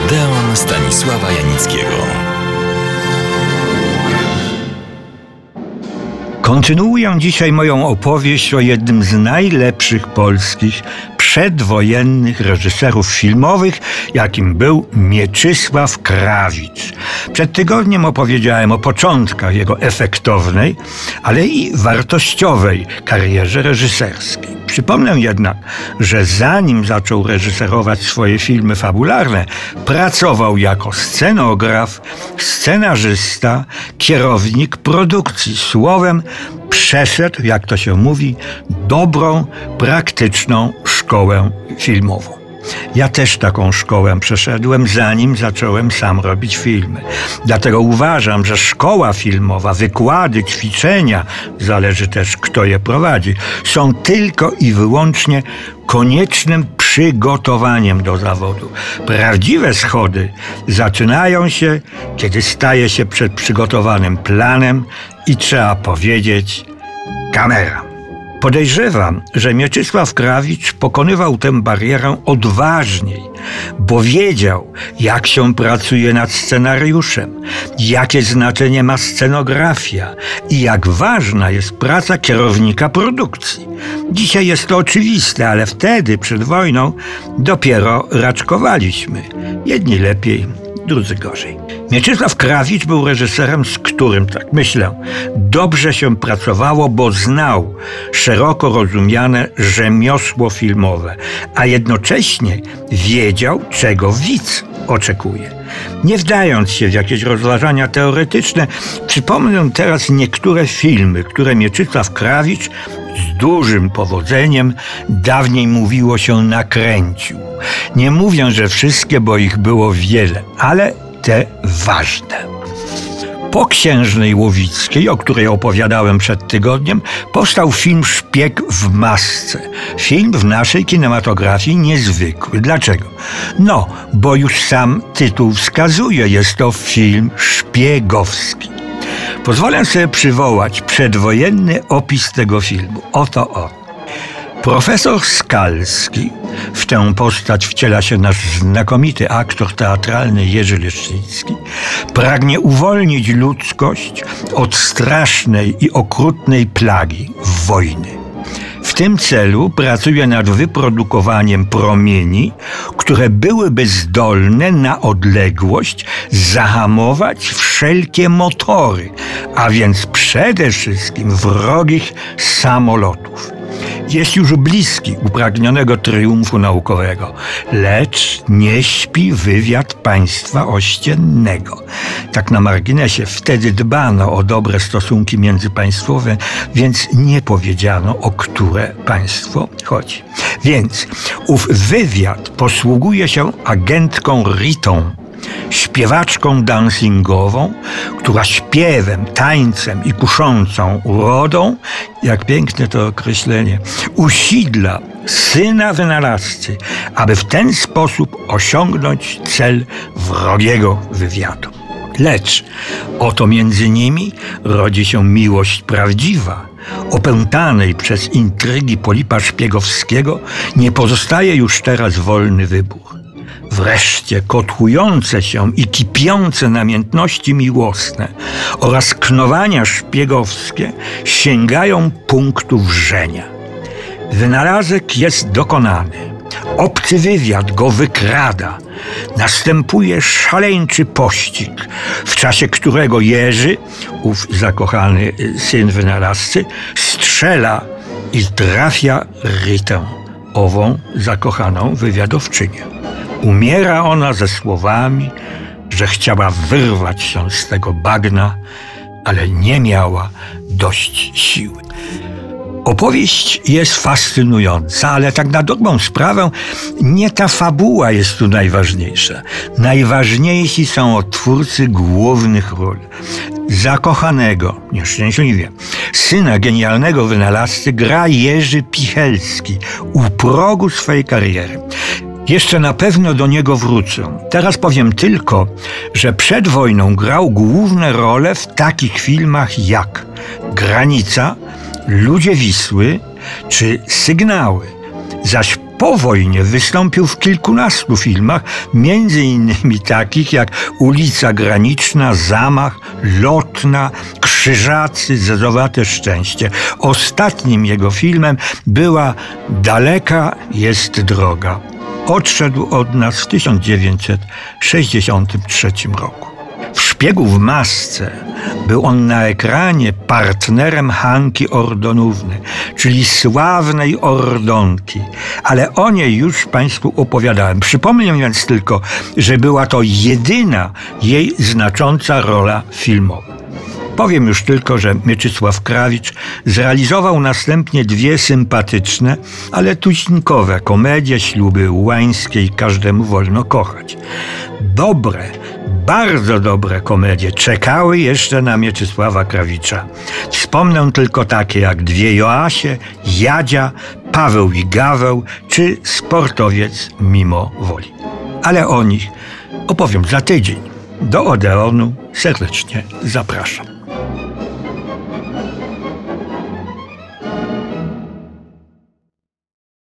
Odeon Stanisława Janickiego. Kontynuuję dzisiaj moją opowieść o jednym z najlepszych polskich przedwojennych reżyserów filmowych, jakim był Mieczysław Krawicz. Przed tygodniem opowiedziałem o początkach jego efektownej, ale i wartościowej karierze reżyserskiej. Przypomnę jednak, że zanim zaczął reżyserować swoje filmy fabularne, pracował jako scenograf, scenarzysta, kierownik produkcji. Słowem, przeszedł, jak to się mówi, dobrą, praktyczną szkołę filmową. Ja też taką szkołę przeszedłem, zanim zacząłem sam robić filmy. Dlatego uważam, że szkoła filmowa, wykłady, ćwiczenia, zależy też kto je prowadzi, są tylko i wyłącznie koniecznym przygotowaniem do zawodu. Prawdziwe schody zaczynają się, kiedy staje się przed przygotowanym planem i trzeba powiedzieć kamera. Podejrzewam, że Mieczysław Krawicz pokonywał tę barierę odważniej, bo wiedział, jak się pracuje nad scenariuszem, jakie znaczenie ma scenografia i jak ważna jest praca kierownika produkcji. Dzisiaj jest to oczywiste, ale wtedy, przed wojną, dopiero raczkowaliśmy. Jedni lepiej, drudzy gorzej. Mieczysław Krawicz był reżyserem, z którym, tak myślę, dobrze się pracowało, bo znał szeroko rozumiane rzemiosło filmowe, a jednocześnie wiedział, czego widz oczekuje. Nie wdając się w jakieś rozważania teoretyczne, przypomnę teraz niektóre filmy, które Mieczysław Krawicz z dużym powodzeniem, dawniej mówiło się, nakręcił. Nie mówię, że wszystkie, bo ich było wiele, ale te ważne. Po Księżnej Łowickiej, o której opowiadałem przed tygodniem, powstał film Szpieg w masce. Film w naszej kinematografii niezwykły. Dlaczego? No, bo już sam tytuł wskazuje, jest to film szpiegowski. Pozwolę sobie przywołać przedwojenny opis tego filmu. Oto on. Profesor Skalski, w tę postać wciela się nasz znakomity aktor teatralny Jerzy Leszczyński, pragnie uwolnić ludzkość od strasznej i okrutnej plagi wojny. W tym celu pracuje nad wyprodukowaniem promieni, które byłyby zdolne na odległość zahamować wszelkie motory, a więc przede wszystkim wrogich samolotów. Jest już bliski upragnionego triumfu naukowego, lecz nie śpi wywiad państwa ościennego. Tak na marginesie, wtedy dbano o dobre stosunki międzypaństwowe, więc nie powiedziano, o które państwo chodzi. Więc ów wywiad posługuje się agentką Ritą, śpiewaczką dancingową, która śpiewem, tańcem i kuszącą urodą, jak piękne to określenie, usidla syna wynalazcy, aby w ten sposób osiągnąć cel wrogiego wywiadu. Lecz oto między nimi rodzi się miłość prawdziwa. Opętanej przez intrygi Polipa Szpiegowskiego nie pozostaje już teraz wolny wybór. Wreszcie kotłujące się i kipiące namiętności miłosne oraz knowania szpiegowskie sięgają punktu wrzenia. Wynalazek jest dokonany. Obcy wywiad go wykrada. Następuje szaleńczy pościg, w czasie którego Jerzy, ów zakochany syn wynalazcy, strzela i trafia Ritę, ową zakochaną wywiadowczynię. Umiera ona ze słowami, że chciała wyrwać się z tego bagna, ale nie miała dość siły. Opowieść jest fascynująca, ale tak na dobrą sprawę nie ta fabuła jest tu najważniejsza. Najważniejsi są odtwórcy głównych ról. Zakochanego, nieszczęśliwie, syna genialnego wynalazcy gra Jerzy Pichelski u progu swojej kariery. Jeszcze na pewno do niego wrócę. Teraz powiem tylko, że przed wojną grał główne role w takich filmach jak Granica, Ludzie Wisły czy Sygnały. Zaś Po wojnie wystąpił w kilkunastu filmach, między innymi takich jak Ulica Graniczna, Zamach, Lotna, Krzyżacy, Zezowate Szczęście. Ostatnim jego filmem była Daleka jest droga. Odszedł od nas w 1963 roku. W Szpiegu w masce był on na ekranie partnerem Hanki Ordonówny, czyli sławnej Ordonki, ale o niej już Państwu opowiadałem. Przypomnę więc tylko, że była to jedyna jej znacząca rola filmowa. Powiem już tylko, że Mieczysław Krawicz zrealizował następnie dwie sympatyczne, ale tuzinkowe komedie Śluby Ułańskie i Każdemu wolno kochać. Dobre, bardzo dobre komedie czekały jeszcze na Mieczysława Krawicza. Wspomnę tylko takie jak Dwie Joasie, Jadzia, Paweł i Gaweł czy Sportowiec mimo woli. Ale o nich opowiem za tydzień. Do Odeonu serdecznie zapraszam.